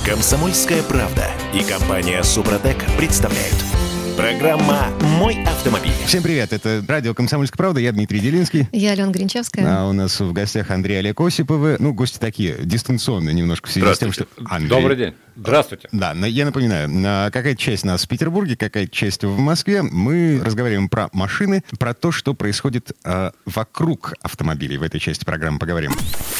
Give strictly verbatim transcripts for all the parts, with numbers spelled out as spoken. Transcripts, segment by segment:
Комсомольская правда и компания «Супротек» представляют. Программа «Мой автомобиль». Всем привет, это радио «Комсомольская правда», я Дмитрий Делинский. Я Алена Гринчевская. А у нас в гостях Андрей Олег Осиповы. Ну, гости такие, дистанционные немножко в связи с тем, что... Андрей... Добрый день. Здравствуйте. Да, но я напоминаю, какая-то часть нас в Петербурге, какая-то часть в Москве. Мы разговариваем про машины, про то, что происходит э, вокруг автомобилей. В этой части программы поговорим.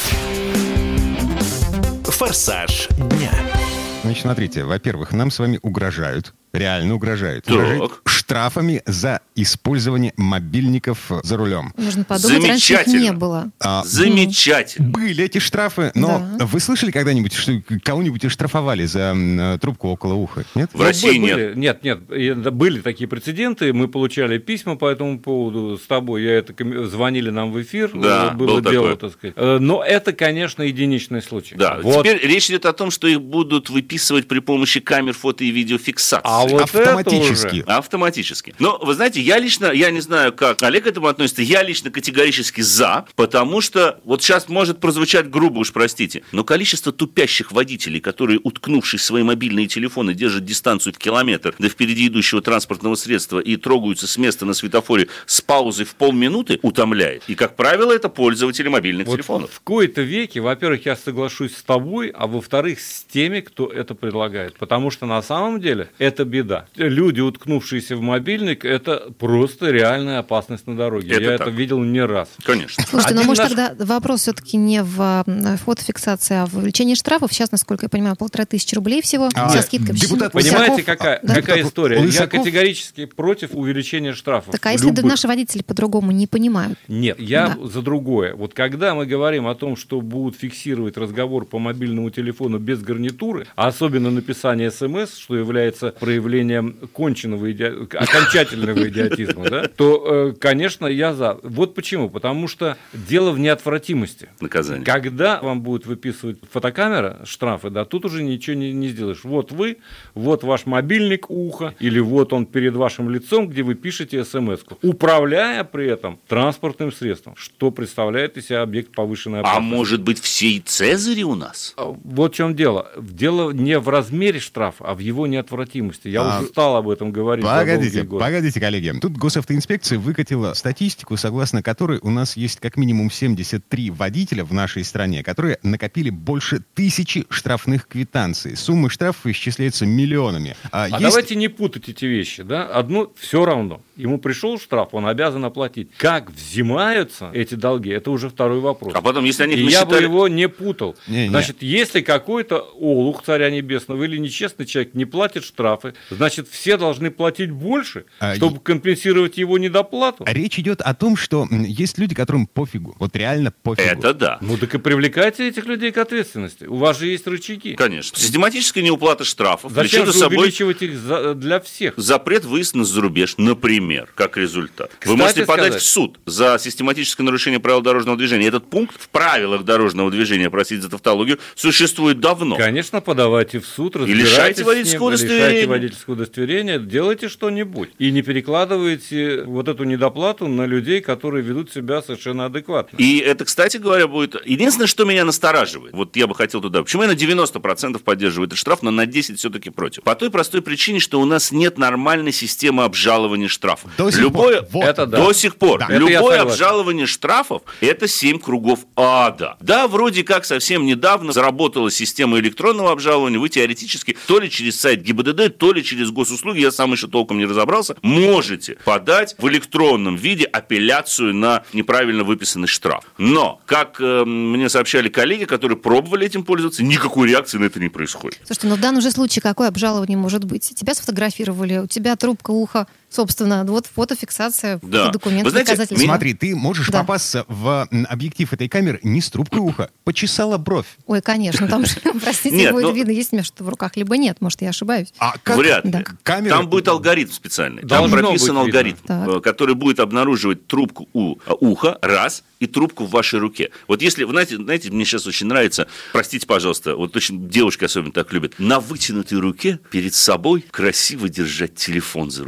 Форсаж дня. Значит, смотрите, во-первых, нам с вами угрожают, реально угрожают, Так. угрожают штрафами за использование мобильников за рулем. Можно подумать, раньше их не было. А, Замечательно. Были эти штрафы, но Да. вы слышали когда-нибудь, что кого-нибудь оштрафовали за м, трубку около уха? Нет? В России Ну, нет. были, нет. Нет, и были такие прецеденты, мы получали письма по этому поводу с тобой, я это, звонили нам в эфир, Да, было было дело, такое. так сказать. Э, Но это, конечно, единичный случай. Да. Вот. Теперь речь идет о том, что их будут выписывать при помощи камер фото- и видеофиксации. А вот Автоматически. это уже... Автоматически. Но, вы знаете, я лично, я не знаю, как Олег к этому относится, я лично категорически за, потому что, вот сейчас может прозвучать грубо, уж простите, но количество тупящих водителей, которые, уткнувшись в свои мобильные телефоны, держат дистанцию в километр до впереди идущего транспортного средства и трогаются с места на светофоре с паузой в полминуты, утомляет. И, как правило, это пользователи мобильных Вот телефонов. в кои-то веке, во-первых, я соглашусь с тобой, а во-вторых, с теми, кто это предлагает. Потому что на самом деле это беда. Люди, уткнувшиеся в мобильник, это просто реальная опасность на дороге. Это я так. это видел не раз. Конечно. Слушайте, ну Один может наш- тогда вопрос все-таки не в э, фотофиксации, а в увеличении штрафов. Сейчас, насколько я понимаю, полторы тысячи рублей всего А, со скидкой. депутат Понимаете, Лысаков- какая, Да. какая Депутат история? Лысаков- Я категорически против увеличения штрафов. Так а если Любых. наши водители по-другому не понимают? Нет, я Да. за другое. Вот когда мы говорим о том, что будут фиксировать разговор по мобильному телефону без гарнитуры, а особенно написание смс, что является проявлением конченного, иди... окончательного идиотизма, да, то, э, конечно, я за. Вот почему. Потому что дело в неотвратимости. Наказание. Когда вам будет выписывать фотокамера штрафы, да, тут уже ничего не, не сделаешь. Вот вы, вот ваш мобильник ухо, или вот он перед вашим лицом, где вы пишете смс-ку, управляя при этом транспортным средством, что представляет из себя объект повышенной А опасности. может быть, все и Цезари у нас? Вот в чем дело. Дело не в размере штрафа, а в его неотвратимости. Я А, уже стал об этом говорить. за Погодите, долгие годы. погодите, коллеги. Тут госавтоинспекция выкатила статистику, согласно которой у нас есть как минимум семьдесят три водителя в нашей стране, которые накопили больше тысячи штрафных квитанций. Суммы штрафов исчисляются миллионами. А, А есть- давайте не путать эти вещи, да? Одно все равно. Ему пришел штраф, он обязан оплатить. Как взимаются эти долги, это уже второй вопрос. А потом, если они И их я бы насчитали... его не путал. Не-не. Значит, если какой-то олух царя небесного или нечестный человек не платит штрафы, значит, все должны платить больше, А, чтобы компенсировать его недоплату. Речь идет о том, что м, есть люди, которым пофигу. Вот реально пофигу. Это да. Ну так и привлекайте этих людей к ответственности. У вас же есть рычаги. Конечно. Систематическая неуплата штрафов Зачем влечет же за собой увеличивать их за- для всех? запрет выезда за рубеж, например, как результат. Вы Кстати можете подать сказать. в суд за систематическое нарушение правил дорожного движения. Этот пункт в правилах дорожного движения, простите за тавтологию, существует давно. Конечно, подавайте в суд, разбирайтесь лишайте с водительского ним, удостоверения. лишайте водительского удостоверения, делайте что-нибудь. И не перекладывайте вот эту недоплату на людей, которые ведут себя совершенно адекватно. И это, кстати говоря, будет... Единственное, что меня настораживает, вот я бы хотел туда... Почему я на девяносто процентов поддерживаю этот штраф, но на десять процентов все-таки против? По той простой причине, что у нас нет нормальной системы обжалования штрафов. До сих Любое... пор. Вот. Это да. До сих пор. Да. Это я Любое согласен. обжалование штрафов – это семь кругов ада. Да, вроде как совсем недавно заработала система электронного обжалования. Вы теоретически то ли через сайт ГИБДД, то ли через госуслуги, я сам еще толком не разобрался, можете подать в электронном виде апелляцию на неправильно выписанный штраф. Но, как э, мне сообщали коллеги, которые пробовали этим пользоваться, никакой реакции на это не происходит. Слушайте, ну в данном же случае какое обжалование может быть? Тебя сфотографировали, у тебя трубка уха, собственно, вот фотофиксация, Да. документы, Вы знаете, доказательства. Смотри, ты можешь Да. попасться в м, объектив этой камеры не с трубкой уха, почесала бровь. Ой, конечно, там же, простите, Нет, будет ну- видно, есть у меня что-то в руках, либо нет, может, я ошибаюсь. А как Вряд ли. Да. камера... Там будет алгоритм специальный. Там Должно прописан быть видно. алгоритм, Так. э, который будет обнаруживать трубку у э, уха, раз, и трубку в вашей руке. Вот если, вы знаете, знаете, мне сейчас очень нравится, простите, пожалуйста, вот очень девушки особенно так любят, на вытянутой руке перед собой красиво держать телефон за рулем. Я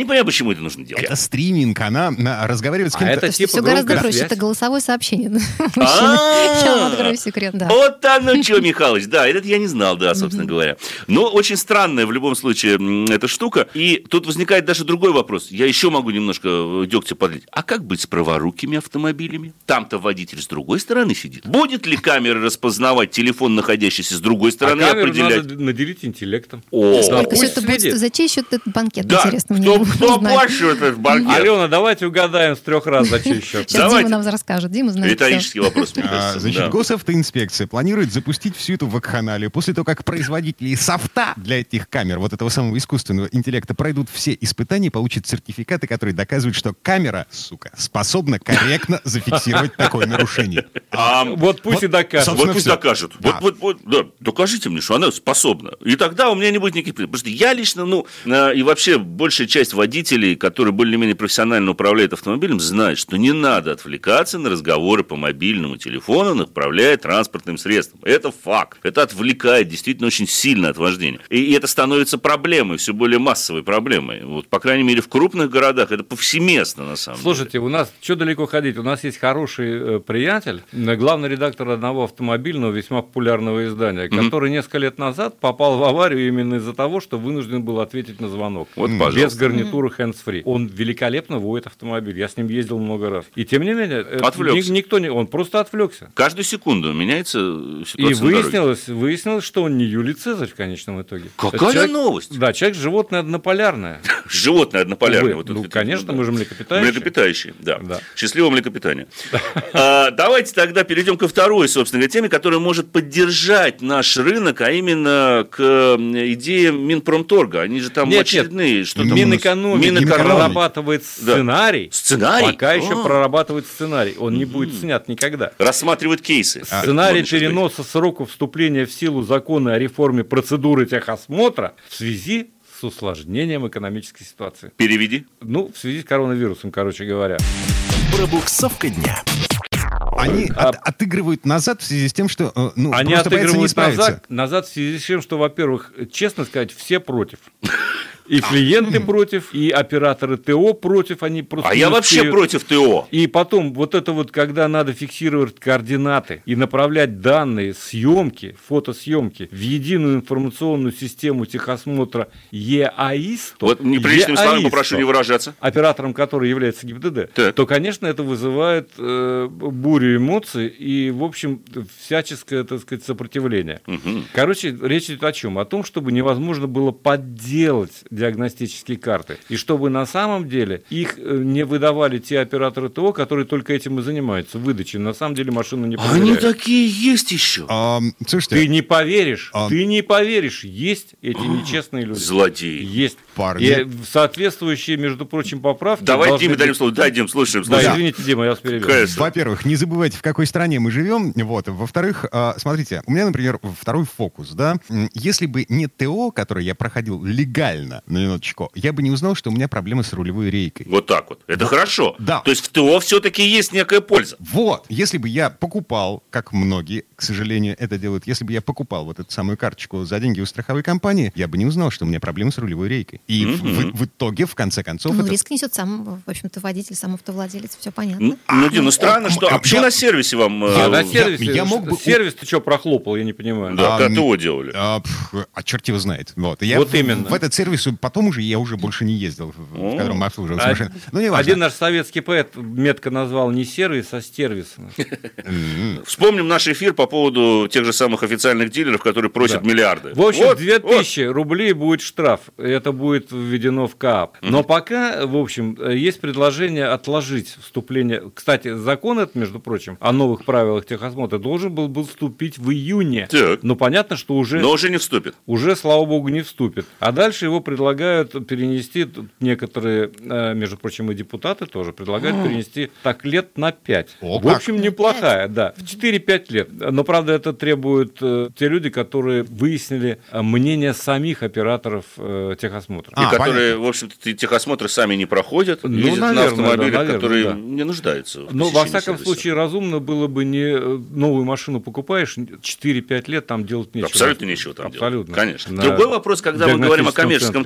не понимаю, почему это нужно делать. Это стриминг, она на- разговаривает с А кем-то. это Слушайте, типа все гораздо громкая проще. связь. Это голосовое сообщение. Мужчины. А-а-а! Я вам открою секрет, да. Вот оно что, Михалыч, да, этот я не знал, да, собственно говоря. Но очень странная в любом случае м, эта штука. И тут возникает даже другой вопрос. Я еще могу немножко дегтя подлить. А как быть с праворукими автомобилями? Там-то водитель с другой стороны сидит. Будет ли камера распознавать телефон, находящийся с другой А стороны, камеру определять? надо наделить интеллектом. О, Сколько пусть все это будет? следит. За чей счет этот банкет? да, Интересно мне кто, кто узнать. оплачивает этот банкет? Алена, давайте угадаем с трех раз, за чей счет. Сейчас Давайте. Дима нам расскажет. Дима знает всё. Риторический вопрос, мне А, кажется. Значит, да. госавтоинспекция планирует запустить всю эту вакханалию после того, как производители софта для этих камер, вот этого самого искусственного интеллекта, пройдут все испытания, получат сертификаты, которые доказывают, что камера, сука, способна корректно зафиксировать такое нарушение. А, Вот пусть Вот, и докажет. собственно, Вот пусть всё. докажут. Да. Вот, вот, вот, да, докажите мне, что она способна. И тогда у меня не будет никаких проблем. Потому что я лично, ну, э, и вообще большая часть водителей, которые более-менее профессионально управляют автомобилем, знают, что не надо отвлекаться на разговоры по мобильному телефону, управляя транспортным средством. Это факт. Это отвлекает действительно очень сильно от вождения. И, и это становится проблемой, все более массовой проблемой. Вот, по крайней мере, в крупных городах это повсеместно, на самом деле. Слушайте, у нас, что далеко ходить, у нас есть хороший э, приятель, э, главный редактор одного автомобильного, весьма популярного издания, Мгм. который несколько лет назад попал в аварию именно из-за того, что вынужден был ответить на звонок. Вот, М. пожалуйста. Без гарнитуры hands-free. Он великолепно водит автомобиль. Я с ним ездил много раз. И тем не менее, э, Отвлекся. ни- никто не. Он просто отвлекся. Каждую секунду меняется ситуация И на дороге. выяснилось, выяснилось, что он не Юлий Цезарь в конечном итоге. Какая Человек- новость? Да, человек животное однополярное. Животное однополярное. Увы. Вот это Ну, вот, конечно, да. мы же млекопитающие. Млекопитающие, да. Да. Счастливого млекопитания. А, Давайте тогда перейдем ко второй, собственно говоря, теме, которая может поддержать наш рынок, а именно к идеям Минпромторга. Они же там Нет, нет. очередные. Что там у нас? Минэкономики Минэкономики. прорабатывает Да. сценарий. Сценарий? Пока еще А. прорабатывает сценарий. Он не будет снят никогда. Рассматривают кейсы. Сценарий Можно сейчас переноса срока вступления в силу закона о реформе процедуры техосмотра в связи с усложнением экономической ситуации. сказать. Переведи. Ну, в связи с коронавирусом, короче говоря. Пробуксовка дня. Они А- от- отыгрывают назад в связи с тем, что э, ну, Они просто боятся не отыгрывают справиться. назад, назад в связи с тем, что, во-первых, честно сказать, все против. И клиенты против, и операторы ТО против, они просто А не я вообще успеют. против ТО. И потом, вот это вот, когда надо фиксировать координаты и направлять данные, съемки, фотосъемки в единую информационную систему техосмотра ЕАИС, Вот неприличными словами попрошу не выражаться. оператором которой является ГИБДД, Так. то, конечно, это вызывает э, бурю эмоций и, в общем, всяческое, так сказать, сопротивление. Мгм. Короче, речь идет о чем? О том, чтобы невозможно было подделать диагностические карты. И чтобы на самом деле их э, не выдавали те операторы ТО, которые только этим и занимаются, выдачей. На самом деле машину не Они проверяют. такие есть еще. А, слушайте, Ты не поверишь, А- ты не поверишь, есть эти нечестные люди. Злодеи. Есть. Парни. И соответствующие, между прочим, поправки Давай должны Диме дадим быть- слово. Дай, Дим, слушаем. Да, слушаем. извините, Дима, я вас перебил. Конечно. во-первых, не забывайте, в какой стране мы живем. Вот. Во-вторых, а, смотрите, у меня, например, второй фокус, да. М, Если бы не ТО, который я проходил легально, на минуточку, я бы не узнал, что у меня проблемы с рулевой рейкой. Вот так вот. Это хорошо. Да. То есть в ТО все-таки есть некая польза. Вот, если бы я покупал, как многие, к сожалению, это делают, если бы я покупал вот эту самую карточку за деньги у страховой компании, я бы не узнал, что у меня проблемы с рулевой рейкой. И в, в- в итоге, в конце концов, Ну, это... риск несет сам, в общем-то, водитель, сам автовладелец, все понятно. Ну, ну, Дим, ну странно, что... А я- почему на сервисе вам... Я- А э, на я- сервисе, я мог бы- сервис ты что прохлопал, я не понимаю. Да, А, когда м, ТО делали. А, пф, а черт его знает. Вот, Я Вот в, именно. в этот сервис потом уже я уже больше не ездил, в, в О. котором обслуживалась А- машина. Ну, не важно. Один наш советский поэт метко назвал не сервис, а стервис. Вспомним наш эфир по поводу тех же самых официальных дилеров, которые просят Да. миллиарды. В общем, Вот, две вот. тысячи рублей будет штраф. Это будет введено в КАП. Но пока, в общем, есть предложение отложить вступление. Кстати, закон этот, между прочим, о новых правилах техосмотра должен был, был вступить в июне. Так. Но понятно, что уже... Но уже не вступит. уже, слава богу, не вступит. А дальше его предлагают перенести, тут некоторые, э, между прочим, и депутаты тоже предлагают перенести так лет на пять. О, В как. общем, неплохая, да, в четыре-пять лет. Но, правда, это требует э, те люди, которые выяснили э, мнение самих операторов э, техосмотра. А, И которые, понятно. в общем-то, т- техосмотры сами не проходят, Ну, ездят на наверное, автомобилях, да, наверное, которые да. не нуждаются в Но, во посещении всяком сервиса. случае, разумно было бы не э, новую машину покупаешь, четыре-пять лет там делать нечего. Абсолютно нечего там Абсолютно. делать. Конечно. На Другой вопрос, когда мы говорим о диагностическом коммерческом центре.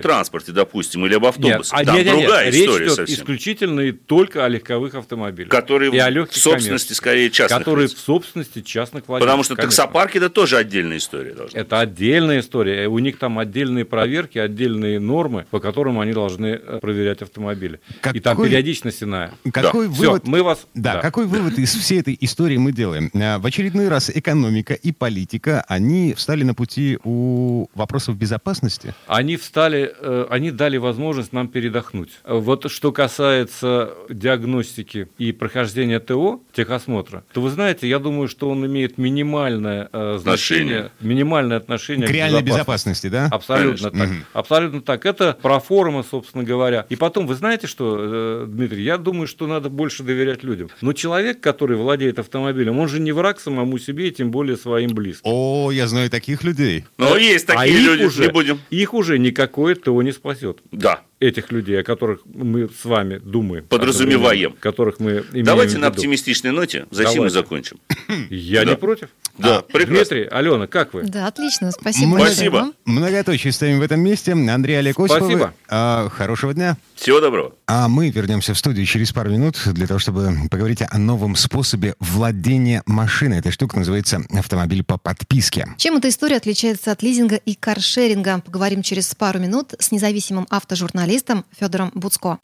транспорте, допустим, или об автобусе. Нет, Там нет, нет, другая речь история идет совсем. исключительно и только о легковых автомобилях. Которые и о в легких собственности, скорее, частных Которые лиц. в собственности частных владельцев. Потому что конечно. таксопарки – это тоже отдельная история должна быть. Это отдельная история. У них там отдельные проверки, отдельные нормы, по которым они должны проверять автомобили. Какой... И там периодичность иная. Какой да. вывод... Все, мы вас... Да, да, какой вывод из всей этой истории мы делаем? В очередной раз экономика и политика, они встали на пути у вопросов безопасности? Они встали, они дали возможность нам передохнуть. Вот что касается диагностики и прохождения ТО, техосмотра, то вы знаете, я думаю, что он имеет минимальное э, значение, минимальное отношение к, к реальной безопасности. безопасности, да? Абсолютно Конечно. так. Угу. Абсолютно так. Это проформа, собственно говоря. И потом, вы знаете что, э, Дмитрий, я думаю, что надо больше доверять людям. Но человек, который владеет автомобилем, он же не враг самому себе, и тем более своим близким. О, я знаю таких людей. Но есть такие а люди, уже, не будем. Их уже никакое ТО не спасет. Да. Этих людей, о которых мы с вами думаем. Подразумеваем. Которых мы имеем Давайте в на виду. оптимистичной ноте затем мы закончим. Я да. не против. Да, прекрасно. Дмитрий, Алена, как вы? Да, отлично. Спасибо. Мы... Спасибо. Вам. Многоточие ставим в этом месте. Андрей, Олег Осиповы. Спасибо. А, хорошего дня. Всего доброго. А мы вернемся в студию через пару минут для того, чтобы поговорить о новом способе владения машиной. Эта штука называется автомобиль по подписке. Чем эта история отличается от лизинга и каршеринга? Поговорим через пару минут с независимым автожурналистом Федором Буцко.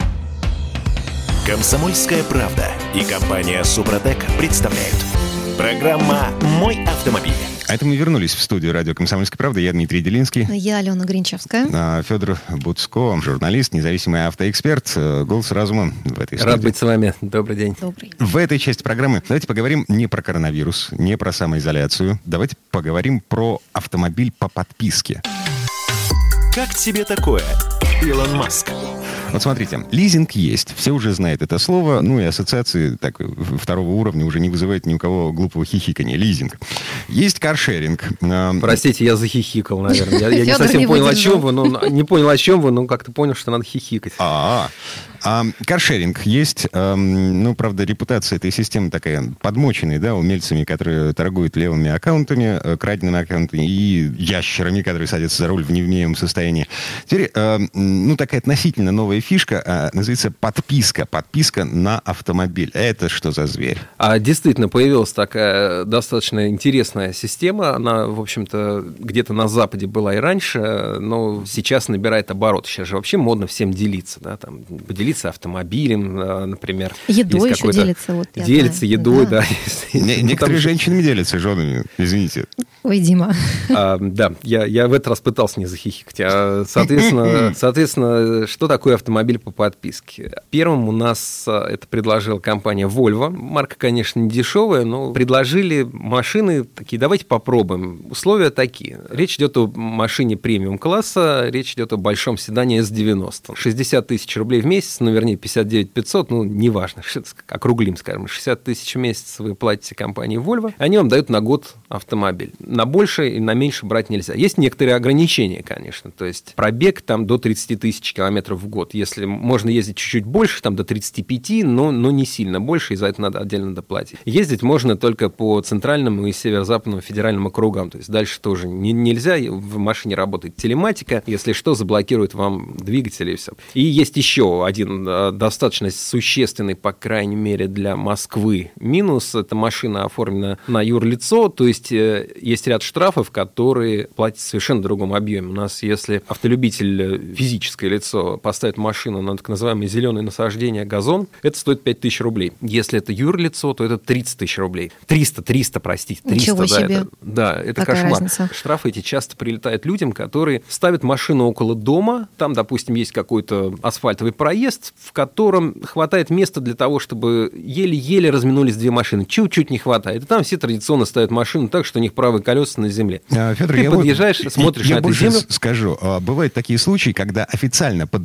«Комсомольская правда» и компания «Супротек» представляют. Программа «Мой автомобиль». А это мы вернулись в студию радио «Комсомольская правда». Я Дмитрий Делинский. Я Алена Гринчевская. А Федор Буцко, журналист, независимый автоэксперт, голос разума в этой студии. Рад быть с вами. Добрый день. Добрый. В этой части программы давайте поговорим не про коронавирус, не про самоизоляцию. Давайте поговорим про автомобиль по подписке. Как тебе такое, Илон Маск? Вот смотрите, лизинг есть, все уже знают это слово, ну и ассоциации так, второго уровня уже не вызывает ни у кого глупого хихикания. Лизинг. Есть каршеринг. Простите, я захихикал, наверное. Я, я не Фёдор совсем не понял, о выдержал. чем вы, но не понял, о чем вы, но как-то понял, что надо хихикать. А, а, каршеринг есть. А, ну, правда, репутация этой системы такая подмоченная, да, умельцами, которые торгуют левыми аккаунтами, краденными аккаунтами и ящерами, которые садятся за руль в невменяемом состоянии. Теперь, а, ну, такая относительно новая фишка, а, называется подписка. Подписка на автомобиль. Это что за зверь? А действительно, появилась такая достаточно интересная система. Она, в общем-то, где-то на Западе была и раньше, но сейчас набирает оборот. Сейчас же вообще модно всем делиться, да, там, поделиться автомобилем, например. Едой Есть еще делится. Вот, я делится знаю. едой, Да. да. Не- Ну, некоторые там- женщинами делятся женами, извините. Ой, Дима. А, да, я, я в этот раз пытался не захихикать. А, соответственно, соответственно, что такое автомобиль по подписке? Первым у нас а, это предложила компания Volvo. Марка, конечно, не дешевая, но предложили машины такие, давайте попробуем. Условия такие. Речь идет о машине премиум-класса, речь идет о большом седане эс девяносто. шестьдесят тысяч рублей в месяц, ну, вернее, пятьдесят девять тысяч пятьсот, ну, неважно, округлим, скажем, шестьдесят тысяч в месяц вы платите компании Volvo, они вам дают на год автомобиль. На больше и на меньше брать нельзя. Есть некоторые ограничения, конечно, то есть пробег там до тридцать тысяч километров в год. Если можно ездить чуть-чуть больше, там до тридцать пять, но, но не сильно больше, и за это надо отдельно доплатить. Ездить можно только по центральному и северо-западному федеральным округам, то есть дальше тоже не, нельзя, в машине работает телематика, если что, заблокирует вам двигатель и все. И есть еще один достаточно существенный, по крайней мере, для Москвы минус. Эта машина оформлена на юрлицо, то есть есть ряд штрафов, которые платят в совершенно другом объеме. У нас, если автолюбитель, физическое лицо, поставит машину на так называемое зеленое насаждение, газон, это стоит пять тысяч рублей. Если это юрлицо, то это тридцать тысяч рублей. триста, триста, простите, триста. Ничего да, себе. это, да, это Какая кошмар. разница? Штрафы эти часто прилетают людям, которые ставят машину около дома, там, допустим, есть какой-то асфальтовый проезд, в котором хватает места для того, чтобы еле-еле разминулись две машины. Чуть-чуть не хватает. И там все традиционно ставят машину так, что у них правые колеса на земле. Федор, Ты я подъезжаешь, вот- смотришь я на эту больше землю. с- скажу. А, Бывают такие случаи, когда официально под документ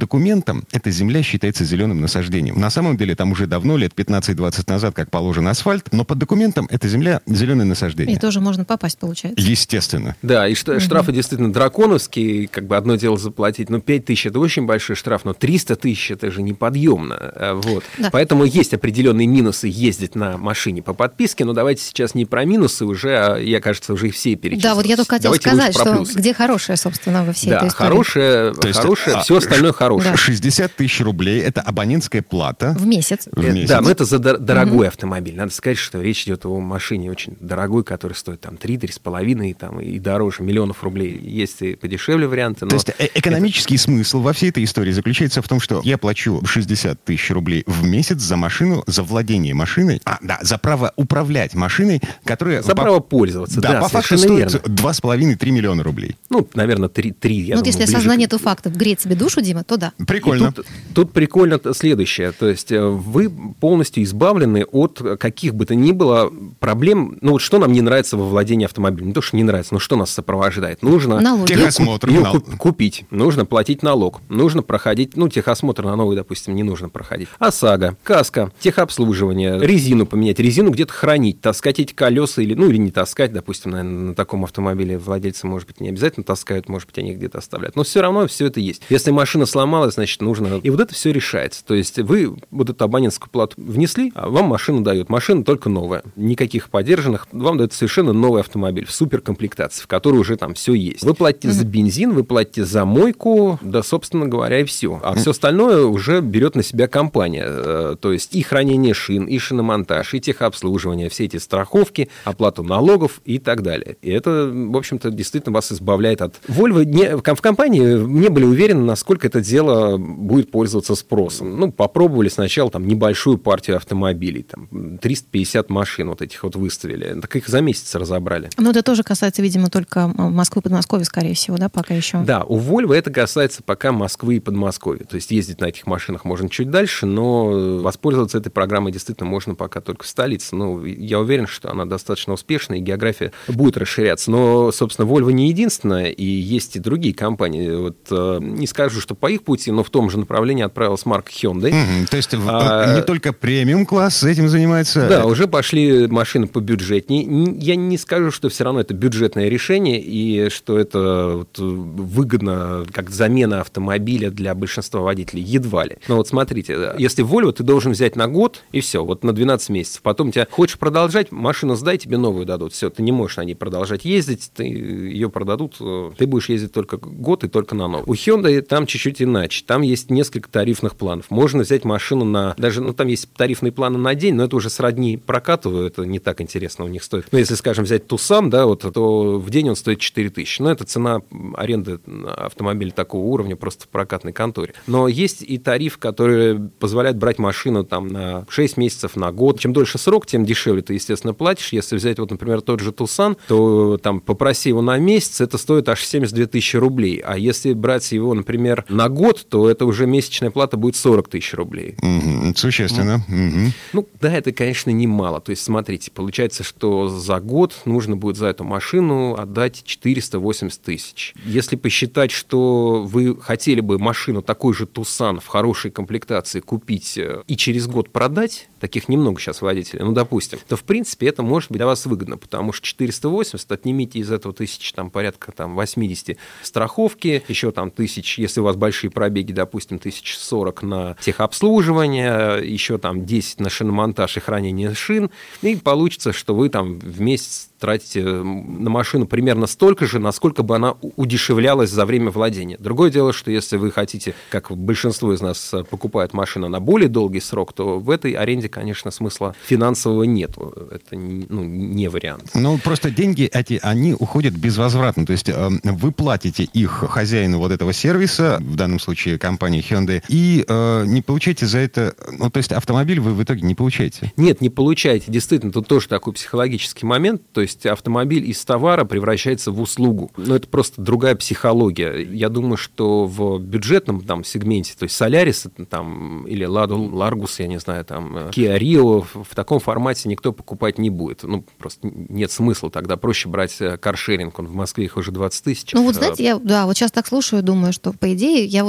документам эта земля считается зеленым насаждением. На самом деле там уже давно, лет пятнадцать-двадцать назад, как положен асфальт, но под документом эта земля зеленое насаждение. И тоже можно попасть, получается. Естественно. Да, и что, штрафы действительно драконовские, как бы одно дело заплатить, ну, пять тысяч – это очень большой штраф, но триста тысяч – это же неподъемно. Вот. Да. Поэтому есть определенные минусы ездить на машине по подписке, но давайте сейчас не про минусы уже, а я, кажется, уже их все перечислил. Да, вот я только хотела Давайте сказать, что плюсы. где хорошее, собственно, во всей да, этой истории. хорошее, То есть, хорошее, а, все остальное хорошее. Да. шестьдесят тысяч рублей – это абонентская плата. В месяц. В Э, месяц. Да, но это за дор- дорогой автомобиль. Надо сказать, что речь идет о машине очень дорогой, которая стоит там три-три с половиной там, и дороже миллионов рублей. Есть и подешевле варианты. Но То есть э- экономический это... смысл во всей этой истории заключается в том, что я плачу шестьдесят тысяч рублей в месяц за машину, за владение машиной, а, да, за право управлять машиной, которая... За по... право пользоваться, да, да, по факту совершенно стоит верно. два с половиной-три миллиона рублей. Ну, наверное, три, три я Ну, думаю, если ближе осознание к- этого факта греет себе душу, Дима, то да. Прикольно. И Тут, тут прикольно следующее. То есть э, вы полностью избавлены от каких бы то ни было проблем. Ну вот что нам не нравится во владении автомобилем? Не то, что не нравится, но что нас сопровождает? Нужно Налоги. Техосмотр. ее нал- куп- купить, нужно платить налог, нужно проходить, ну, техосмотр на новый, допустим, не нужно проходить. ОСАГО, каска, техобслуживание, резину поменять, резину где-то хранить, таскать эти колеса или, ну, или не таскать, допустим, наверное, на таком автомобиле владельцы, может быть, не обязательно таскают, может быть, они где-то оставляют. Но все равно все это есть. Если машина сломалась, значит, нужно... И вот это все решается. То есть вы вот эту абонентскую плату внесли, а вам машину дают. Машина только новая. Никаких подержанных. Вам дают совершенно новый автомобиль в суперкомплектации, в которой уже там все есть. Вы платите за бензин, вы платите за мойку, да, собственно говоря, и все. А все остальное уже берет на себя компания. Э, То есть и хранение шин, и шиномонтаж, и техобслуживание, все эти страховки, оплату налогов и так далее. И это, в общем-то, действительно вас избавляет от... Volvo не, в компании не были уверены, насколько это дело будет пользоваться спросом. Ну, попробовали сначала там небольшую партию автомобилей, там триста пятьдесят машин вот этих вот выставили. Так их за месяц разобрали. Но это тоже касается, видимо, только Москвы и Подмосковья, скорее всего, да, пока еще. Да, у Volvo это касается пока Москвы и Подмосковья. То есть ездить на этих машинах можно чуть дальше, но воспользоваться этой программой действительно можно пока только в столице. Ну, я уверен, что она достаточно успешная, и география будет расширяться. Но, собственно, Volvo не единственная, и есть и другие компании. Вот, э, не скажу, что по их пути, но в том же направлении отправилась марка Hyundai. Мгм. То есть в- А, не только премиум-класс этим занимается. Да, уже пошли машины побюджетнее. Н- Я не скажу, что все равно это бюджетное решение, и что это вот выгодно как замена автомобиля для большинства водителей. Едва ли. Но вот смотрите, если Volvo ты должен взять на год, и все, вот на двенадцать месяцев. Потом тебя хочешь продолжать, машину сдай, тебе новую дадут. Все, ты не можешь на ней продолжать ездить, ты, ее продадут, ты будешь ездить только год и только на новую. У Hyundai там чуть-чуть иначе. Там есть несколько тарифных планов. Можно взять машину на... Даже, ну, там есть тарифные планы на день, но это уже сродни прокату, это не так интересно у них стоит. Но если, скажем, взять Tucson, да, вот, то в день он стоит четыре тысячи. Но это цена аренды автомобиля такого уровня просто в прокатной конторе. Но есть и тариф, который позволяет брать машину там на шесть месяцев, на год. Чем дольше срок, тем дешевле ты, естественно, платишь. Если взять, вот, например, тот же Tucson, то там попроси его на месяц, это стоит аж семьдесят две тысячи рублей. А если брать его, например, на год, то это уже месячная плата будет сорок тысяч рублей. Мгм. Существенно. Мгм. Ну, да, это, конечно, немало. То есть, смотрите, получается, что за год нужно будет за эту машину отдать четыреста восемьдесят тысяч. Если посчитать, что вы хотели бы машину такой же Tucson в хорошей комплектации купить э, и через год продать, таких немного сейчас водителей, ну, допустим, то, в принципе, это может быть для вас выгодно, потому что четыреста восемьдесят отнимите из этого тысяч, там, порядка там, восемьдесят страховки, еще там тысяч, если у вас большие пробеги, допустим, тысяч сорок на техобслуживание, еще там десять на шиномонтаж и хранение шин, и получится, что вы там в месяц тратите на машину примерно столько же, насколько бы она удешевлялась за время владения. Другое дело, что если вы хотите, как большинство из нас покупают машину на более долгий срок, то в этой аренде, конечно, смысла финансового нет. Это ну, не вариант. Ну, просто деньги эти, они уходят безвозвратно. То есть э, вы платите их хозяину вот этого сервиса, в данном случае компании Hyundai, и э, не получаете за это... Ну, то есть автомобиль вы в итоге не получаете. Нет, не получаете. Действительно, тут тоже такой психологический момент. То есть автомобиль из товара превращается в услугу. Но это просто другая психология. Я думаю, что в бюджетном там сегменте, то есть Solaris там, или Lada Largus, я не знаю, там, Kia Rio, в таком формате никто покупать не будет. Ну, просто нет смысла. Тогда проще брать каршеринг. Он в Москве их уже двадцать тысяч. Ну, вот знаете, я, да, вот сейчас так слушаю, думаю, что, по идее, я вот, честно,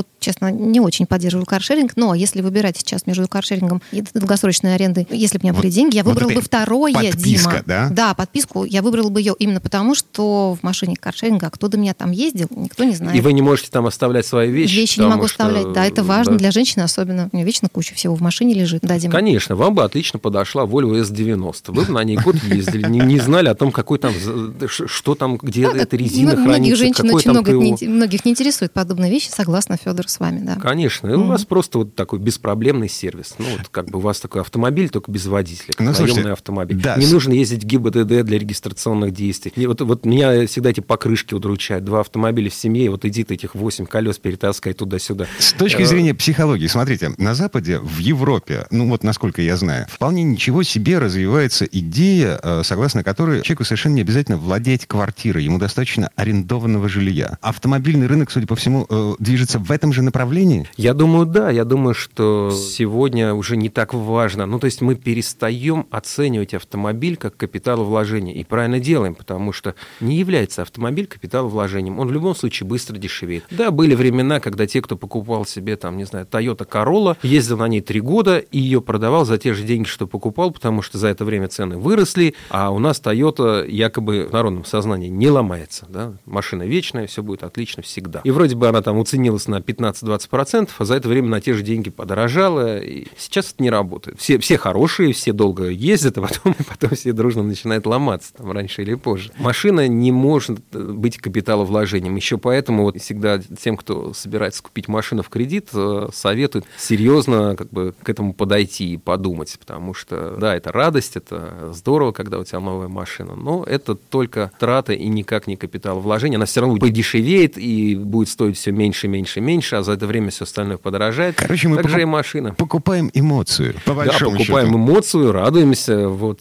честно, не очень поддерживаю каршеринг, но если выбирать сейчас между каршерингом и долгосрочной арендой, если бы у меня были вот, деньги, я выбрала вот бы второе, подписка, Дима. Да? Да, подписку. Я выбрала бы ее именно потому, что в машине каршеринга, а кто до меня там ездил, никто не знает. И вы не можете там оставлять свои вещи? Вещи не могу что, оставлять, да, это важно да. для женщины особенно. У меня вечно куча всего в машине лежит. Да, Дима? Конечно, вам бы отлично подошла Volvo эс девяносто. Вы бы на ней год ездили, не, не знали о том, какой там, что там, где ну, эта резина хранится. Многих женщин очень много ПО. не, многих не интересует подобные вещи, согласна, Федор, с вами, да. Конечно, и mm-hmm. у вас просто вот такой беспроблемный сервис. Ну, вот как бы у вас такой автомобиль, только без водителя, ну, наемный автомобиль. Да. Не нужно ездить в ГИБДД для регистрационных действий. И вот, вот меня всегда эти покрышки удручают. Два автомобиля в семье, вот иди ты этих восемь колес перетаскай туда-сюда. С точки зрения психологии, смотрите, на Западе, в Европе, ну вот насколько я знаю, вполне ничего себе развивается идея, согласно которой человеку совершенно не обязательно владеть квартирой, ему достаточно арендованного жилья. Автомобильный рынок, судя по всему, движется в этом же направлении? Я думаю, да. Я думаю, что сегодня уже не так важно. Ну, то есть мы перестаем оценивать автомобиль как капиталовложение. И правильно делаем, потому что не является автомобиль капиталовложением. Он в любом случае быстро дешевеет. Да, были времена, когда те, кто покупал себе, там, не знаю, Toyota Corolla, ездил на ней три года и ее продавал за те же деньги, что покупал, потому что за это время цены выросли, а у нас Toyota якобы в народном сознании не ломается. Да? Машина вечная, все будет отлично всегда. И вроде бы она там уценилась на пятнадцать-двадцать процентов, а за это время на те же деньги подорожала. И сейчас это не работает. Все, все хорошие, все долго ездят, а потом, потом все дружно начинают ломаться там, раньше или позже. Машина не может быть капиталовложением. Еще поэтому вот всегда тем, кто собирается купить машину в кредит, советуют серьезно как бы к этому подойти и подумать. Потому что, да, это радость, это здорово, когда у тебя новая машина, но это только трата и никак не капиталовложение. Она все равно подешевеет и будет стоить все меньше, меньше, меньше, а за это время все остальное подорожает. Короче, мы так покуп... же и машина. покупаем эмоцию, по большому Да, покупаем счету. эмоцию, радуемся. Вот,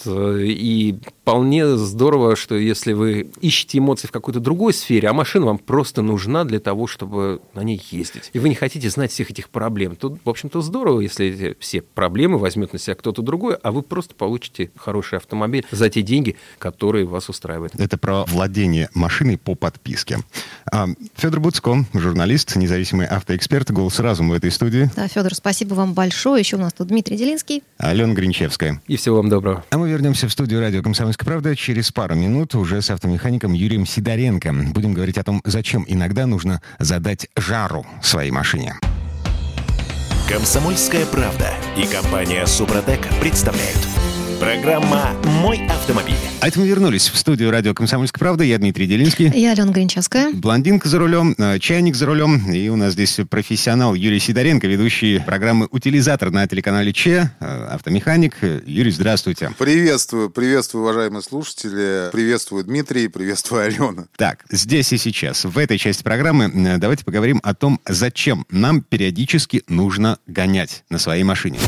и вполне здорово, что если вы ищете эмоции в какой-то другой сфере, а машина вам просто нужна для того, чтобы на ней ездить, и вы не хотите знать всех этих проблем, то, в общем-то, здорово, если эти все проблемы возьмет на себя кто-то другой, а вы просто получите хороший автомобиль за те деньги, которые вас устраивают. Это про владение машиной по подписке. Федор Буцко, журналист, независимый автоэксперт, голос разума в этой студии. Да, Федор, спасибо вам большое. Еще у нас тут Дмитрий Делинский. Алена Гринчевская. И всего вам доброго. А мы вернемся в студию радио «Комсомольская правда» через пару минут уже с автомехаником Юрием Сидоренко. Будем говорить о том, зачем иногда нужно задать жару своей машине. «Комсомольская правда» и компания «Супротек» представляют. Программа «Мой автомобиль». А это мы вернулись в студию радио «Комсомольская правда». Я Дмитрий Делинский. Я Алена Гринчевская. Блондинка за рулем, чайник за рулем. И у нас здесь профессионал Юрий Сидоренко, ведущий программы «Утилизатор» на телеканале ЧЕ, автомеханик. Юрий, здравствуйте. Приветствую, приветствую, уважаемые слушатели. Приветствую, Дмитрий, приветствую, Алена. Так, здесь и сейчас, в этой части программы, давайте поговорим о том, зачем нам периодически нужно гонять на своей машине.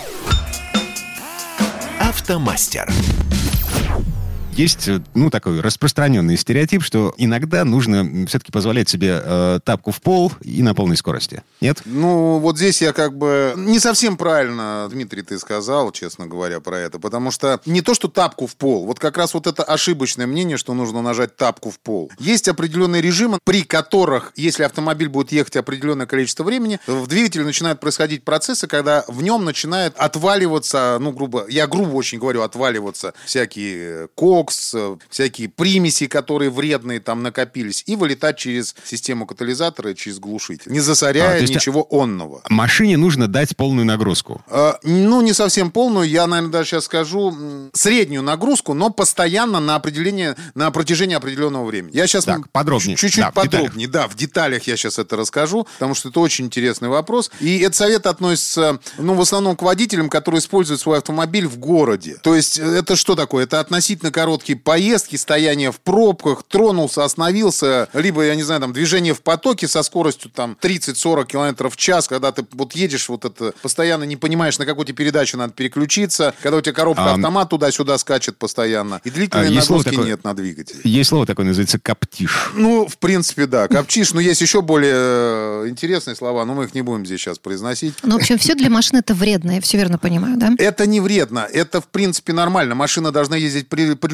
Автомастер. Есть, ну, такой распространенный стереотип, что иногда нужно все-таки позволять себе э, тапку в пол и на полной скорости. Нет? Ну, вот здесь я как бы... Не совсем правильно, Дмитрий, ты сказал, честно говоря, про это. Потому что не то, что тапку в пол. Вот как раз вот это ошибочное мнение, что нужно нажать тапку в пол. Есть определенные режимы, при которых, если автомобиль будет ехать определенное количество времени, в двигателе начинают происходить процессы, когда в нем начинает отваливаться, ну, грубо... Я грубо очень говорю, отваливаться всякие кокс, всякие примеси, которые вредные там накопились, и вылетать через систему катализатора и через глушитель, не засоряя а, ничего онного. Машине нужно дать полную нагрузку? А, ну, не совсем полную, я, наверное, даже сейчас скажу среднюю нагрузку, но постоянно на определение, на протяжении определенного времени. Я сейчас так, подробнее. Чуть-чуть да, подробнее, в да, в деталях я сейчас это расскажу, потому что это очень интересный вопрос. И этот совет относится, ну, в основном к водителям, которые используют свой автомобиль в городе. То есть, это что такое? Это относительно короткие поездки, стояние в пробках, тронулся, остановился, либо, я не знаю, там, движение в потоке со скоростью там тридцать-сорок километров в час, когда ты вот едешь, вот это, постоянно не понимаешь, на какую тебе передачу надо переключиться, когда у тебя коробка автомат а... туда-сюда скачет постоянно, и длительной а нагрузки такое... нет на двигатель. Есть слово такое, называется коптиш. Ну, в принципе, да, коптиш, но есть еще более интересные слова, но мы их не будем здесь сейчас произносить. Ну, в общем, все для машины это вредно, я все верно понимаю, да? Это не вредно, это, в принципе, нормально. Машина должна ездить при определенной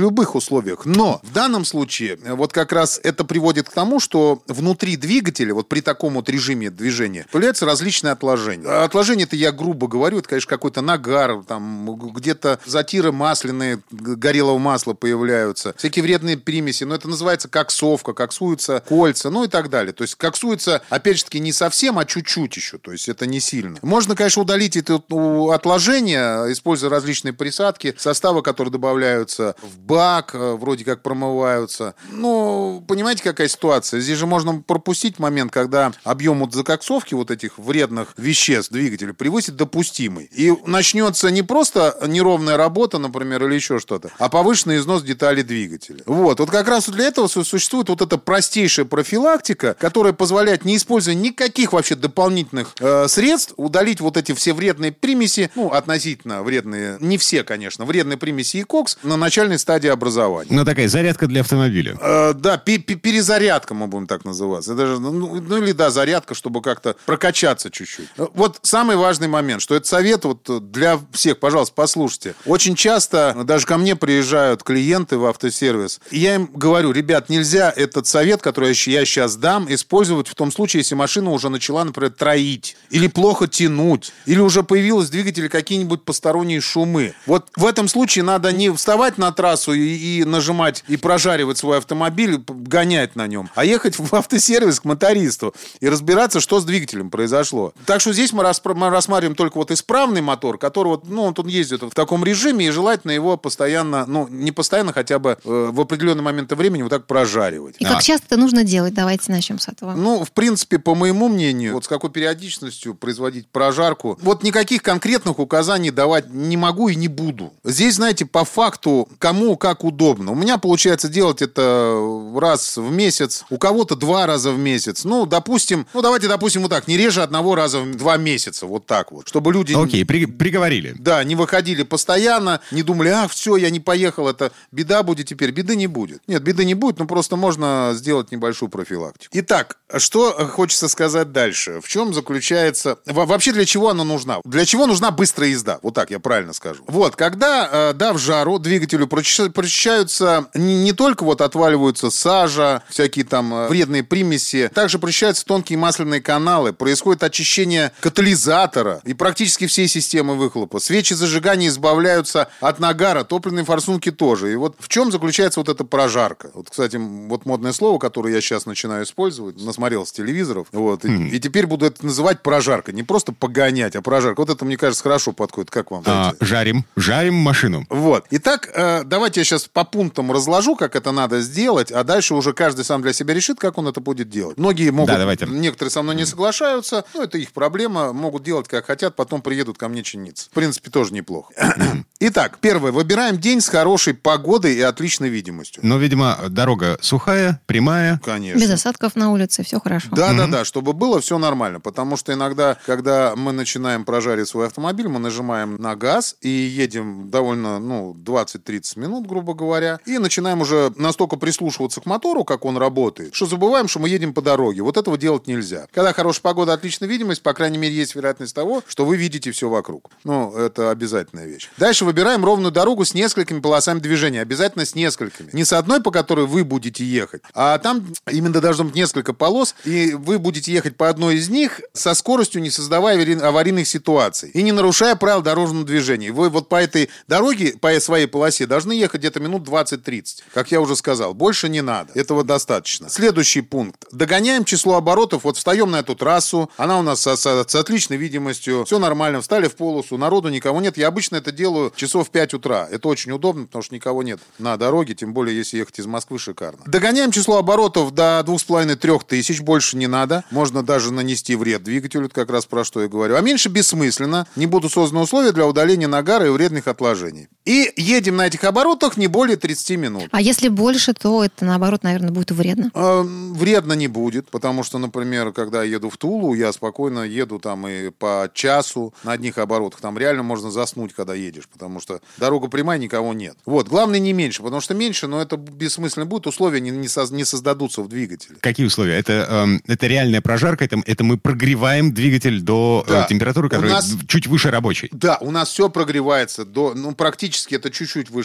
любых условиях. Но в данном случае вот как раз это приводит к тому, что внутри двигателя, вот при таком вот режиме движения, появляются различные отложения. Отложения, это я грубо говорю, это, конечно, какой-то нагар, там где-то затиры масляные, горелого масла появляются, всякие вредные примеси, но это называется коксовка, коксуются кольца, ну и так далее. То есть коксуется, опять же таки, не совсем, а чуть-чуть еще, то есть это не сильно. Можно, конечно, удалить это отложение, используя различные присадки, составы, которые добавляются в бак, вроде как промываются. Ну, понимаете, какая ситуация? Здесь же можно пропустить момент, когда объем вот закоксовки вот этих вредных веществ двигателя превысит допустимый. И начнется не просто неровная работа, например, или еще что-то, а повышенный износ деталей двигателя. Вот. Вот как раз для этого существует вот эта простейшая профилактика, которая позволяет, не используя никаких вообще дополнительных э, средств, удалить вот эти все вредные примеси, ну, относительно вредные, не все, конечно, вредные примеси и кокс на начальной стадии образования. Ну, такая зарядка для автомобиля. Э, да, перезарядка, мы будем так называться. Даже, ну, ну, или, да, зарядка, чтобы как-то прокачаться чуть-чуть. Вот самый важный момент, что это совет вот для всех, пожалуйста, послушайте. Очень часто даже ко мне приезжают клиенты в автосервис, и я им говорю: ребят, нельзя этот совет, который я сейчас дам, использовать в том случае, если машина уже начала, например, троить, или плохо тянуть, или уже появилось в двигателе какие-нибудь посторонние шумы. Вот в этом случае надо не вставать на трассу и, и нажимать, и прожаривать свой автомобиль, гонять на нем, а ехать в автосервис к мотористу и разбираться, что с двигателем произошло. Так что здесь мы, распро- мы рассматриваем только вот исправный мотор, который вот, ну, он ездит в таком режиме, и желательно его постоянно, ну, не постоянно, хотя бы э, в определенные моменты времени вот так прожаривать. И как А. часто это нужно делать? Давайте начнем с этого. Ну, в принципе, по моему мнению, вот с какой периодичностью производить прожарку, вот никаких конкретных указаний давать не могу и не буду. Здесь, знаете, по факту, кому как удобно. У меня получается делать это раз в месяц, у кого-то два раза в месяц. Ну, допустим, ну, давайте, допустим, вот так, не реже одного раза в два месяца, вот так вот, чтобы люди... Окей, при- приговорили. Да, не выходили постоянно, не думали: ах, все, я не поехал, это беда будет теперь. Беды не будет. Нет, беды не будет, но просто можно сделать небольшую профилактику. Итак, что хочется сказать дальше? В чем заключается... Во- вообще для чего она нужна? Для чего нужна быстрая езда? Вот так я правильно скажу. Вот, когда, да, в жару двигателю прочищ- прочищаются не, не только вот отваливаются сажа, всякие там вредные примеси, также прочищаются тонкие масляные каналы, происходит очищение катализатора и практически всей системы выхлопа. Свечи зажигания избавляются от нагара, топливные форсунки тоже. И вот в чем заключается вот эта прожарка? Вот, кстати, вот модное слово, которое я сейчас начинаю использовать, насмотрелся телевизоров, вот, и, mm-hmm. и теперь буду это называть прожарка. Не просто погонять, а прожарка. Вот это, мне кажется, хорошо подходит. Как вам? А, жарим, жарим машину. Вот. Итак, э, давайте я сейчас по пунктам разложу, как это надо сделать, а дальше уже каждый сам для себя решит, как он это будет делать. Многие могут, да, давайте. Некоторые со мной не соглашаются, но это их проблема, могут делать как хотят, потом приедут ко мне чиниться. В принципе, тоже неплохо. Итак, первое. Выбираем день с хорошей погодой и отличной видимостью. Но, видимо, дорога сухая, прямая. Конечно. Без осадков на улице, все хорошо. Да, да, да, чтобы было все нормально. Потому что иногда, когда мы начинаем прожарить свой автомобиль, мы нажимаем на газ и едем довольно, ну, двадцать-тридцать минут, грубо говоря, и начинаем уже настолько прислушиваться к мотору, как он работает, что забываем, что мы едем по дороге. Вот этого делать нельзя. Когда хорошая погода, отличная видимость, по крайней мере, есть вероятность того, что вы видите все вокруг. Ну, это обязательная вещь. Дальше выбираем ровную дорогу с несколькими полосами движения. Обязательно с несколькими. Не с одной, по которой вы будете ехать, а там именно должно быть несколько полос, и вы будете ехать по одной из них со скоростью, не создавая аварийных ситуаций и не нарушая правил дорожного движения. Вы вот по этой дороге, по своей полосе должны ехать где-то минут двадцать-тридцать. Как я уже сказал, больше не надо. Этого достаточно. Следующий пункт. Догоняем число оборотов. Вот встаем на эту трассу. Она у нас с, с, с отличной видимостью. Все нормально. Встали в полосу. Народу никого нет. Я обычно это делаю часов в пять утра. Это очень удобно, потому что никого нет на дороге. Тем более, если ехать из Москвы, шикарно. Догоняем число оборотов до двух с половиной — трёх тысяч. Больше не надо. Можно даже нанести вред двигателю. Это как раз про что я говорю. А меньше бессмысленно. Не будут созданы условия для удаления нагара и вредных отложений. И едем на этих оборотах не более тридцати минут. А если больше, то это, наоборот, наверное, будет вредно? Э, вредно не будет, потому что, например, когда я еду в Тулу, я спокойно еду там и по часу на одних оборотах. Там реально можно заснуть, когда едешь, потому что дорога прямая, никого нет. Вот. Главное не меньше, потому что меньше, но это бессмысленно будет, условия не, не, соз, не создадутся в двигателе. Какие условия? Это, эм, это реальная прожарка, это, это мы прогреваем двигатель до да. э, температуры, которая нас, чуть выше рабочей. Да, у нас все прогревается до, ну, практически это чуть-чуть выше рабочего,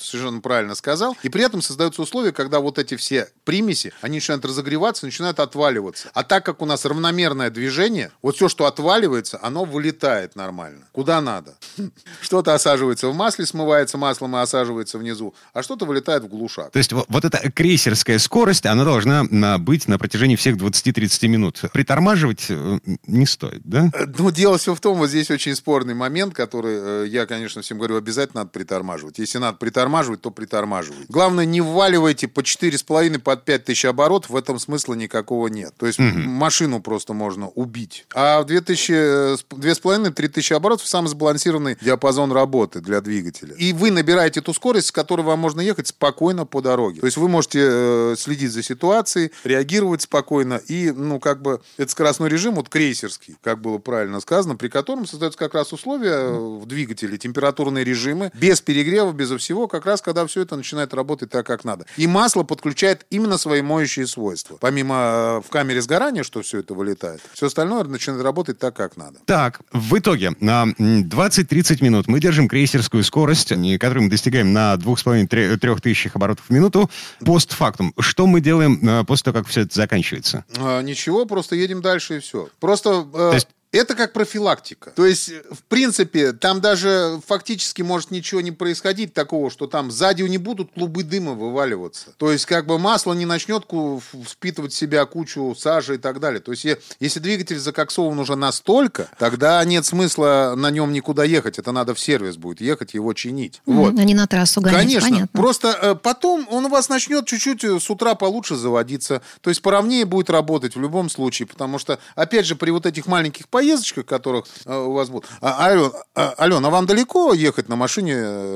ты совершенно правильно сказал. И при этом создаются условия, когда вот эти все примеси, они начинают разогреваться, начинают отваливаться. А так как у нас равномерное движение, вот все, что отваливается, оно вылетает нормально. Куда надо. Что-то осаживается в масле, смывается маслом и осаживается внизу, а что-то вылетает в глушак. То есть вот, вот эта крейсерская скорость, она должна на, быть на протяжении всех двадцати-тридцати минут. Притормаживать э, не стоит, да? Ну, дело все в том, вот здесь очень спорный момент, который э, я, конечно, всем говорю, обязательно надо притормаживать. Если надо притормаживать, то притормаживать. Главное, не вваливайте по четыре с половиной, под пять тысяч оборотов, в этом смысла никакого нет. То есть угу. машину просто можно убить. А в две тысячи, две с половиной - три тысячи оборотов самый сбалансированный диапазон работы для двигателя. И вы набираете ту скорость, с которой вам можно ехать спокойно по дороге. То есть вы можете э, следить за ситуацией, реагировать спокойно. И, ну, как бы, это скоростной режим, вот крейсерский, как было правильно сказано, при котором создаются как раз условия в двигателе, температурные режимы, без перегрева, без всего, как раз когда все это начинает работать так, как надо. И масло подключает именно свои моющие свойства. Помимо э, в камере сгорания, что все это вылетает, все остальное начинает работать так, как надо. Так, в итоге на двадцать-тридцать минут мы держим крейсерскую скорость, которую мы достигаем на двух с половиной-трех тысячах оборотов в минуту. Постфактум. Что мы делаем после того, как все это заканчивается? А, ничего, просто едем дальше и все. Просто... Э... То есть... Это как профилактика. То есть, в принципе, там даже фактически может ничего не происходить такого, что там сзади не будут клубы дыма вываливаться. То есть, как бы масло не начнет впитывать в себя кучу сажи и так далее. То есть, если двигатель закоксован уже настолько, тогда нет смысла на нем никуда ехать. Это надо в сервис будет ехать, его чинить. Mm, вот. А не на трассу гонять, конечно. Понятно. Просто э, потом он у вас начнет чуть-чуть с утра получше заводиться. То есть, поровнее будет работать в любом случае. Потому что, опять же, при вот этих маленьких поездках, поездочках, которых э, у вас будут. А, Ален, а, Ален, а вам далеко ехать на машине?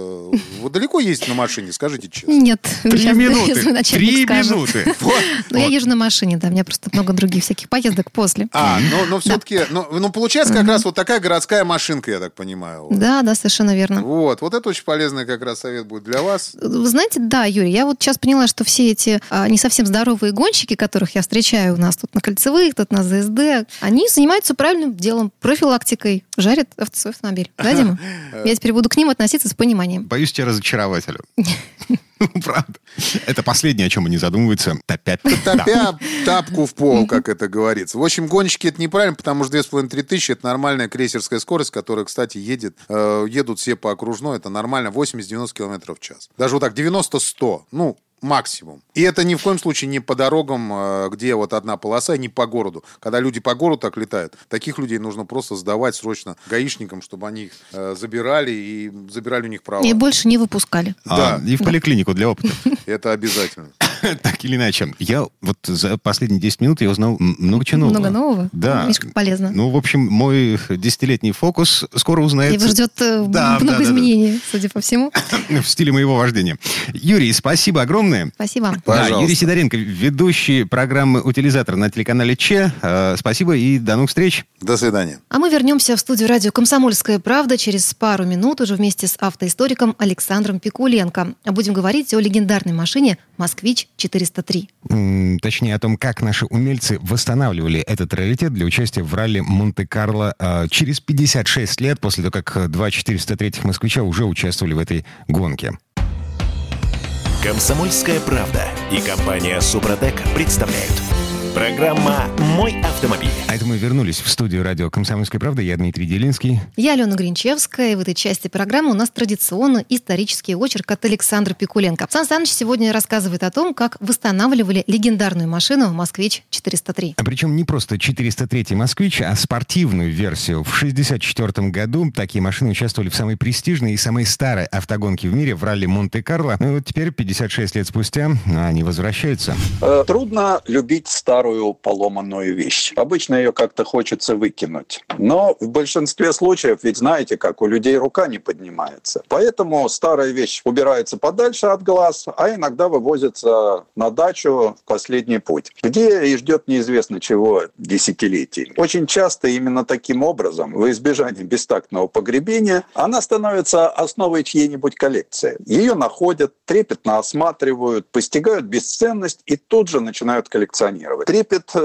Вы далеко ездите на машине? Скажите честно. Нет. Три минуты. Три минуты. Ну, я езжу на машине, да. У меня просто много других всяких поездок после. А, но, но все-таки... Ну, ну, получается как раз вот такая городская машинка, я так понимаю. Да, да, совершенно верно. Вот. Вот это очень полезный как раз совет будет для вас. Вы знаете, да, Юрий, я вот сейчас поняла, что все эти а, не совсем здоровые гонщики, которых я встречаю у нас тут на кольцевых, тут на ЗСД, они занимаются правильным делом, профилактикой, жарят авто, автомобиль. Да, Дима? Я теперь буду к ним относиться с пониманием. Боюсь тебя разочаровать, Ален. Правда. Это последнее, о чем они задумываются. Топя, Топя тапку в пол, как это говорится. В общем, гонщики это неправильно, потому что две с половиной - три тысячи это нормальная крейсерская скорость, которая, кстати, едет, э, едут все по окружной. Это нормально, восемьдесят-девяносто километров в час. Даже вот так, девяносто-сто. Ну, максимум. И это ни в коем случае не по дорогам, где вот одна полоса, не по городу. Когда люди по городу так летают, таких людей нужно просто сдавать срочно гаишникам, чтобы они их э, забирали и забирали у них права. И больше не выпускали. Да. И в поликлинику для опыта. Это обязательно. Так или иначе. Я вот за последние десять минут я узнал много чего нового. Много нового? Да. Видишь, как полезно. Ну, в общем, мой десятилетний фокус скоро узнается. Его ждет да, много да, изменений, да, да. судя по всему. В стиле моего вождения. Юрий, спасибо огромное. Спасибо. Да, Юрий Сидоренко, ведущий программы «Утилизатор» на телеканале Че. Э, спасибо и до новых встреч. До свидания. А мы вернемся в студию радио «Комсомольская правда» через пару минут уже вместе с автоисториком Александром Пикуленко. Будем говорить о легендарной машине «Москвич четыреста три». М-м, точнее, о том, как наши умельцы восстанавливали этот раритет для участия в ралли Монте-Карло э, через пятьдесят шесть лет после того, как два четыреста третьих «Москвича» уже участвовали в этой гонке. «Комсомольская правда» и компания «Супротек» представляют. Программа «Мой автомобиль». А это мы вернулись в студию радио «Комсомольская правда». Я Дмитрий Делинский. Я Алена Гринчевская. И в этой части программы у нас традиционно исторический очерк от Александра Пикуленко. Сан Саныч сегодня рассказывает о том, как восстанавливали легендарную машину «Москвич четыреста три». А причем не просто четыреста третий «Москвич», а спортивную версию. В шестьдесят четвёртом году такие машины участвовали в самой престижной и самой старой автогонке в мире в ралли Монте-Карло. Ну и вот теперь, пятьдесят шесть лет спустя, они возвращаются. Трудно любить старую поломанную вещь. Обычно ее как-то хочется выкинуть. Но в большинстве случаев, ведь знаете, как у людей рука не поднимается. Поэтому старая вещь убирается подальше от глаз, а иногда вывозится на дачу в последний путь, где и ждет неизвестно чего десятилетий. Очень часто именно таким образом, во избежание бестактного погребения, она становится основой чьей-нибудь коллекции. Ее находят, трепетно осматривают, постигают бесценность и тут же начинают коллекционировать. Трепет души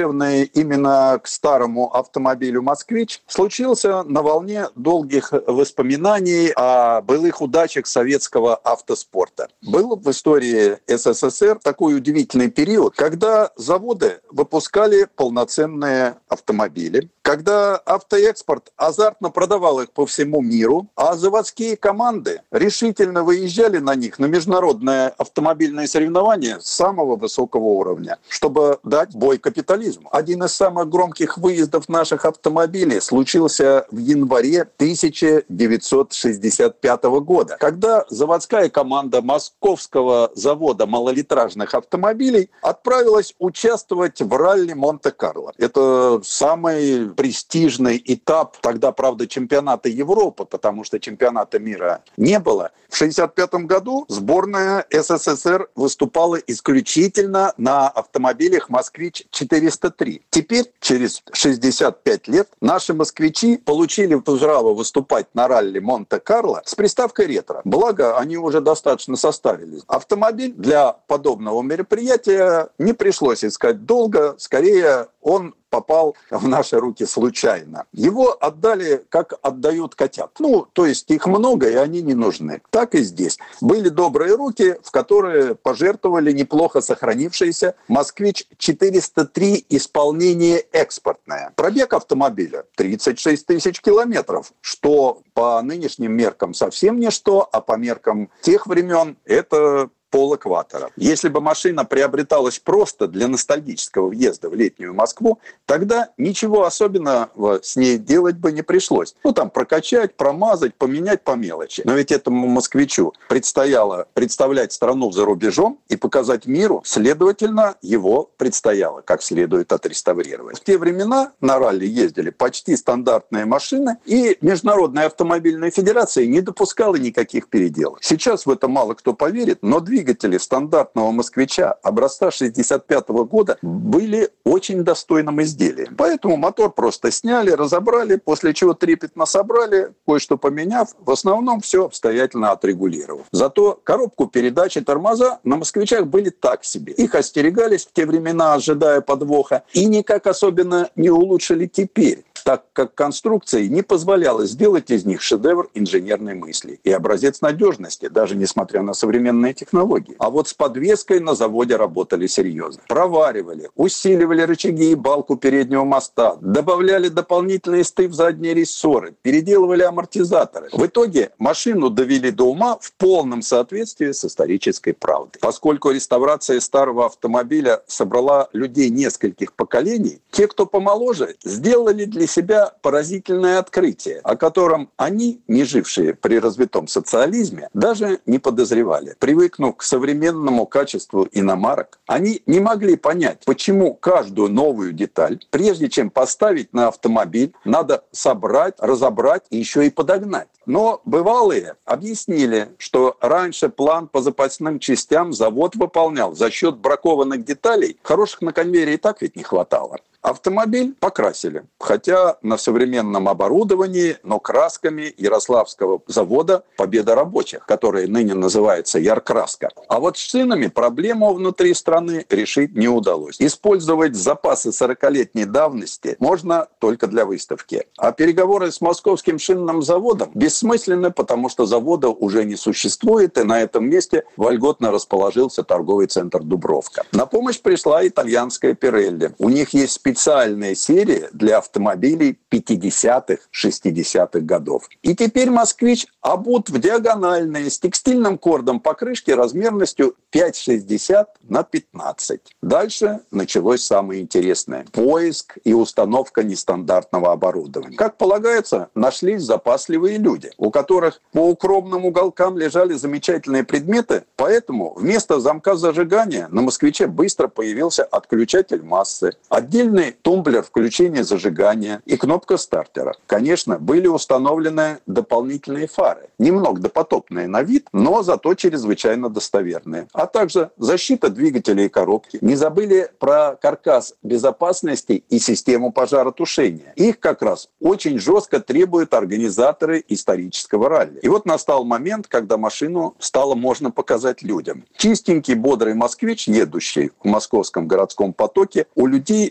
душевный именно к старому автомобилю «Москвич» случился на волне долгих воспоминаний о былых удачах советского автоспорта. Был в истории СССР такой удивительный период, когда заводы выпускали полноценные автомобили, когда автоэкспорт азартно продавал их по всему миру, а заводские команды решительно выезжали на них на международные автомобильные соревнования самого высокого уровня, чтобы дать бой капитализму. Один из самых громких выездов наших автомобилей случился в январе тысяча девятьсот шестьдесят пятого года, когда заводская команда московского завода малолитражных автомобилей отправилась участвовать в ралли Монте-Карло. Это самый престижный этап, тогда, правда, чемпионата Европы, потому что чемпионата мира не было. В шестьдесят пятом году сборная СССР выступала исключительно на автомобилях «Москвич четыреста три». Теперь, через шестьдесят пять лет, наши москвичи получили право выступать на ралли Монте-Карло с приставкой «ретро». Благо, они уже достаточно состарились. Автомобиль для подобного мероприятия не пришлось искать долго, скорее он попал в наши руки случайно. Его отдали, как отдают котят. Ну, то есть их много, и они не нужны. Так и здесь. Были добрые руки, в которые пожертвовали неплохо сохранившийся «Москвич четыреста три» исполнение экспортное. Пробег автомобиля тридцать шесть тысяч километров, что по нынешним меркам совсем ничто, а по меркам тех времен это полэкватора. Если бы машина приобреталась просто для ностальгического въезда в летнюю Москву, тогда ничего особенного с ней делать бы не пришлось. Ну, там, прокачать, промазать, поменять по мелочи. Но ведь этому москвичу предстояло представлять страну за рубежом и показать миру, следовательно, его предстояло как следует отреставрировать. В те времена на ралли ездили почти стандартные машины, и Международная автомобильная федерация не допускала никаких переделок. Сейчас в это мало кто поверит, но двигатели Двигатели стандартного «Москвича» образца шестьдесят пятого года были очень достойным изделием. Поэтому мотор просто сняли, разобрали, после чего трепетно собрали, кое-что поменяв, в основном все обстоятельно отрегулировав. Зато коробку передач и тормоза на «Москвичах» были так себе. Их остерегались в те времена, ожидая подвоха, и никак особенно не улучшили теперь, так как конструкция не позволяла сделать из них шедевр инженерной мысли и образец надежности, даже несмотря на современные технологии. А вот с подвеской на заводе работали серьезно. Проваривали, усиливали рычаги и балку переднего моста, добавляли дополнительные сты в задние рессоры, переделывали амортизаторы. В итоге машину довели до ума в полном соответствии с исторической правдой. Поскольку реставрация старого автомобиля собрала людей нескольких поколений, те, кто помоложе, сделали для себя поразительное открытие, о котором они, не жившие при развитом социализме, даже не подозревали. Привыкнув к современному качеству иномарок, они не могли понять, почему каждую новую деталь, прежде чем поставить на автомобиль, надо собрать, разобрать и еще и подогнать. Но бывалые объяснили, что раньше план по запасным частям завод выполнял за счет бракованных деталей, хороших на конвейере и так ведь не хватало. Автомобиль покрасили, хотя на современном оборудовании, но красками Ярославского завода «Победа рабочих», который ныне называется «Яркраска». А вот с шинами проблему внутри страны решить не удалось. Использовать запасы сорокалетней давности можно только для выставки. А переговоры с московским шинным заводом бессмысленны, потому что завода уже не существует, и на этом месте вольготно расположился торговый центр «Дубровка». На помощь пришла итальянская «Пирелли». У них есть специальная специальная серия для автомобилей пятидесятых, шестидесятых годов. И теперь «Москвич» обут в диагональные с текстильным кордом покрышки размерностью пять шестьдесят на пятнадцать. Дальше началось самое интересное. Поиск и установка нестандартного оборудования. Как полагается, нашлись запасливые люди, у которых по укромным уголкам лежали замечательные предметы, поэтому вместо замка зажигания на «Москвиче» быстро появился отключатель массы, отдельный тумблер включения зажигания и кнопка стартера. Конечно, были установлены дополнительные фары, немного допотопные на вид, но зато чрезвычайно достоверные. А также защита двигателя и коробки. Не забыли про каркас безопасности и систему пожаротушения. Их как раз очень жестко требуют организаторы исторического ралли. И вот настал момент, когда машину стало можно показать людям. Чистенький, бодрый «Москвич», едущий в московском городском потоке, у людей вызывал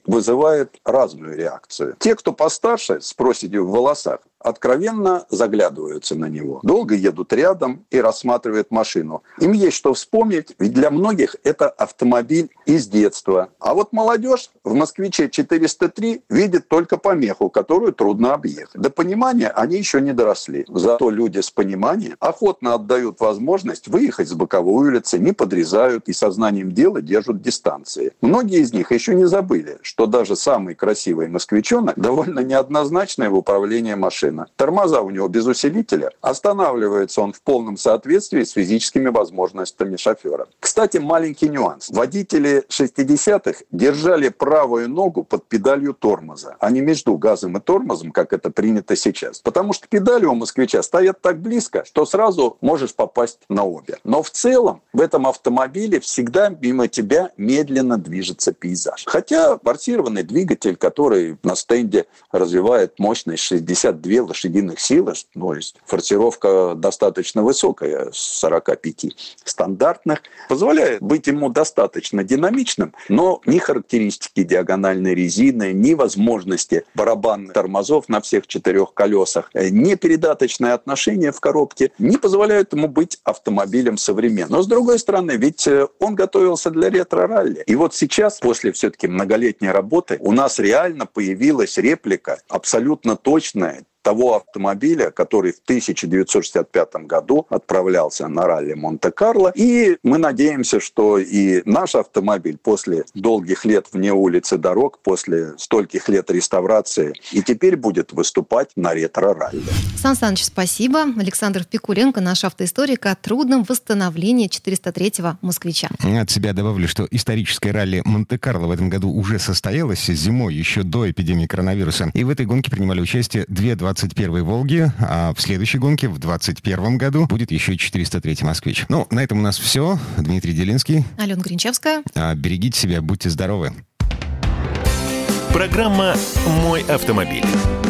вызывает разную реакцию. Те, кто постарше, с проседью в волосах, откровенно заглядываются на него. Долго едут рядом и рассматривают машину. Им есть что вспомнить, ведь для многих это автомобиль из детства. А вот молодежь в «Москвиче четыреста три» видит только помеху, которую трудно объехать. До понимания они еще не доросли. Зато люди с пониманием охотно отдают возможность выехать с боковой улицы, не подрезают и сознанием дела держат дистанции. Многие из них еще не забыли, что даже самый красивый москвичонок довольно неоднозначное в управлении машиной. Тормоза у него без усилителя, останавливается он в полном соответствии с физическими возможностями шофера. Кстати, маленький нюанс. Водители шестидесятых держали правую ногу под педалью тормоза, а не между газом и тормозом, как это принято сейчас. Потому что педали у москвича стоят так близко, что сразу можешь попасть на обе. Но в целом в этом автомобиле всегда мимо тебя медленно движется пейзаж. Хотя форсированный двигатель, который на стенде развивает мощность шестьдесят две лошадиных силы, то есть форсировка достаточно высокая, сорок пять стандартных, позволяет быть ему достаточно динамичным, но ни характеристики диагональной резины, ни возможности барабанных тормозов на всех четырех колесах, ни передаточное отношение в коробке не позволяют ему быть автомобилем современным. Но с другой стороны, ведь он готовился для ретро-ралли. И вот сейчас, после все-таки многолетней работы, у нас реально появилась реплика абсолютно точная того автомобиля, который в тысяча девятьсот шестьдесят пятом году отправлялся на ралли Монте-Карло. И мы надеемся, что и наш автомобиль после долгих лет вне улицы дорог, после стольких лет реставрации, и теперь будет выступать на ретро-ралли. Сан Саныч, спасибо. Александр Пикуленко, наш автоисторик, о трудном восстановлении четыреста третьего «Москвича». От себя добавлю, что историческое ралли Монте-Карло в этом году уже состоялось зимой, еще до эпидемии коронавируса. И в этой гонке принимали участие две двадцать первые «Волги», а в следующей гонке в двадцать первом году будет еще и четыреста третий «Москвич». Ну, на этом у нас все. Дмитрий Делинский. Алена Гринчевская. А, берегите себя, будьте здоровы. Программа «Мой автомобиль».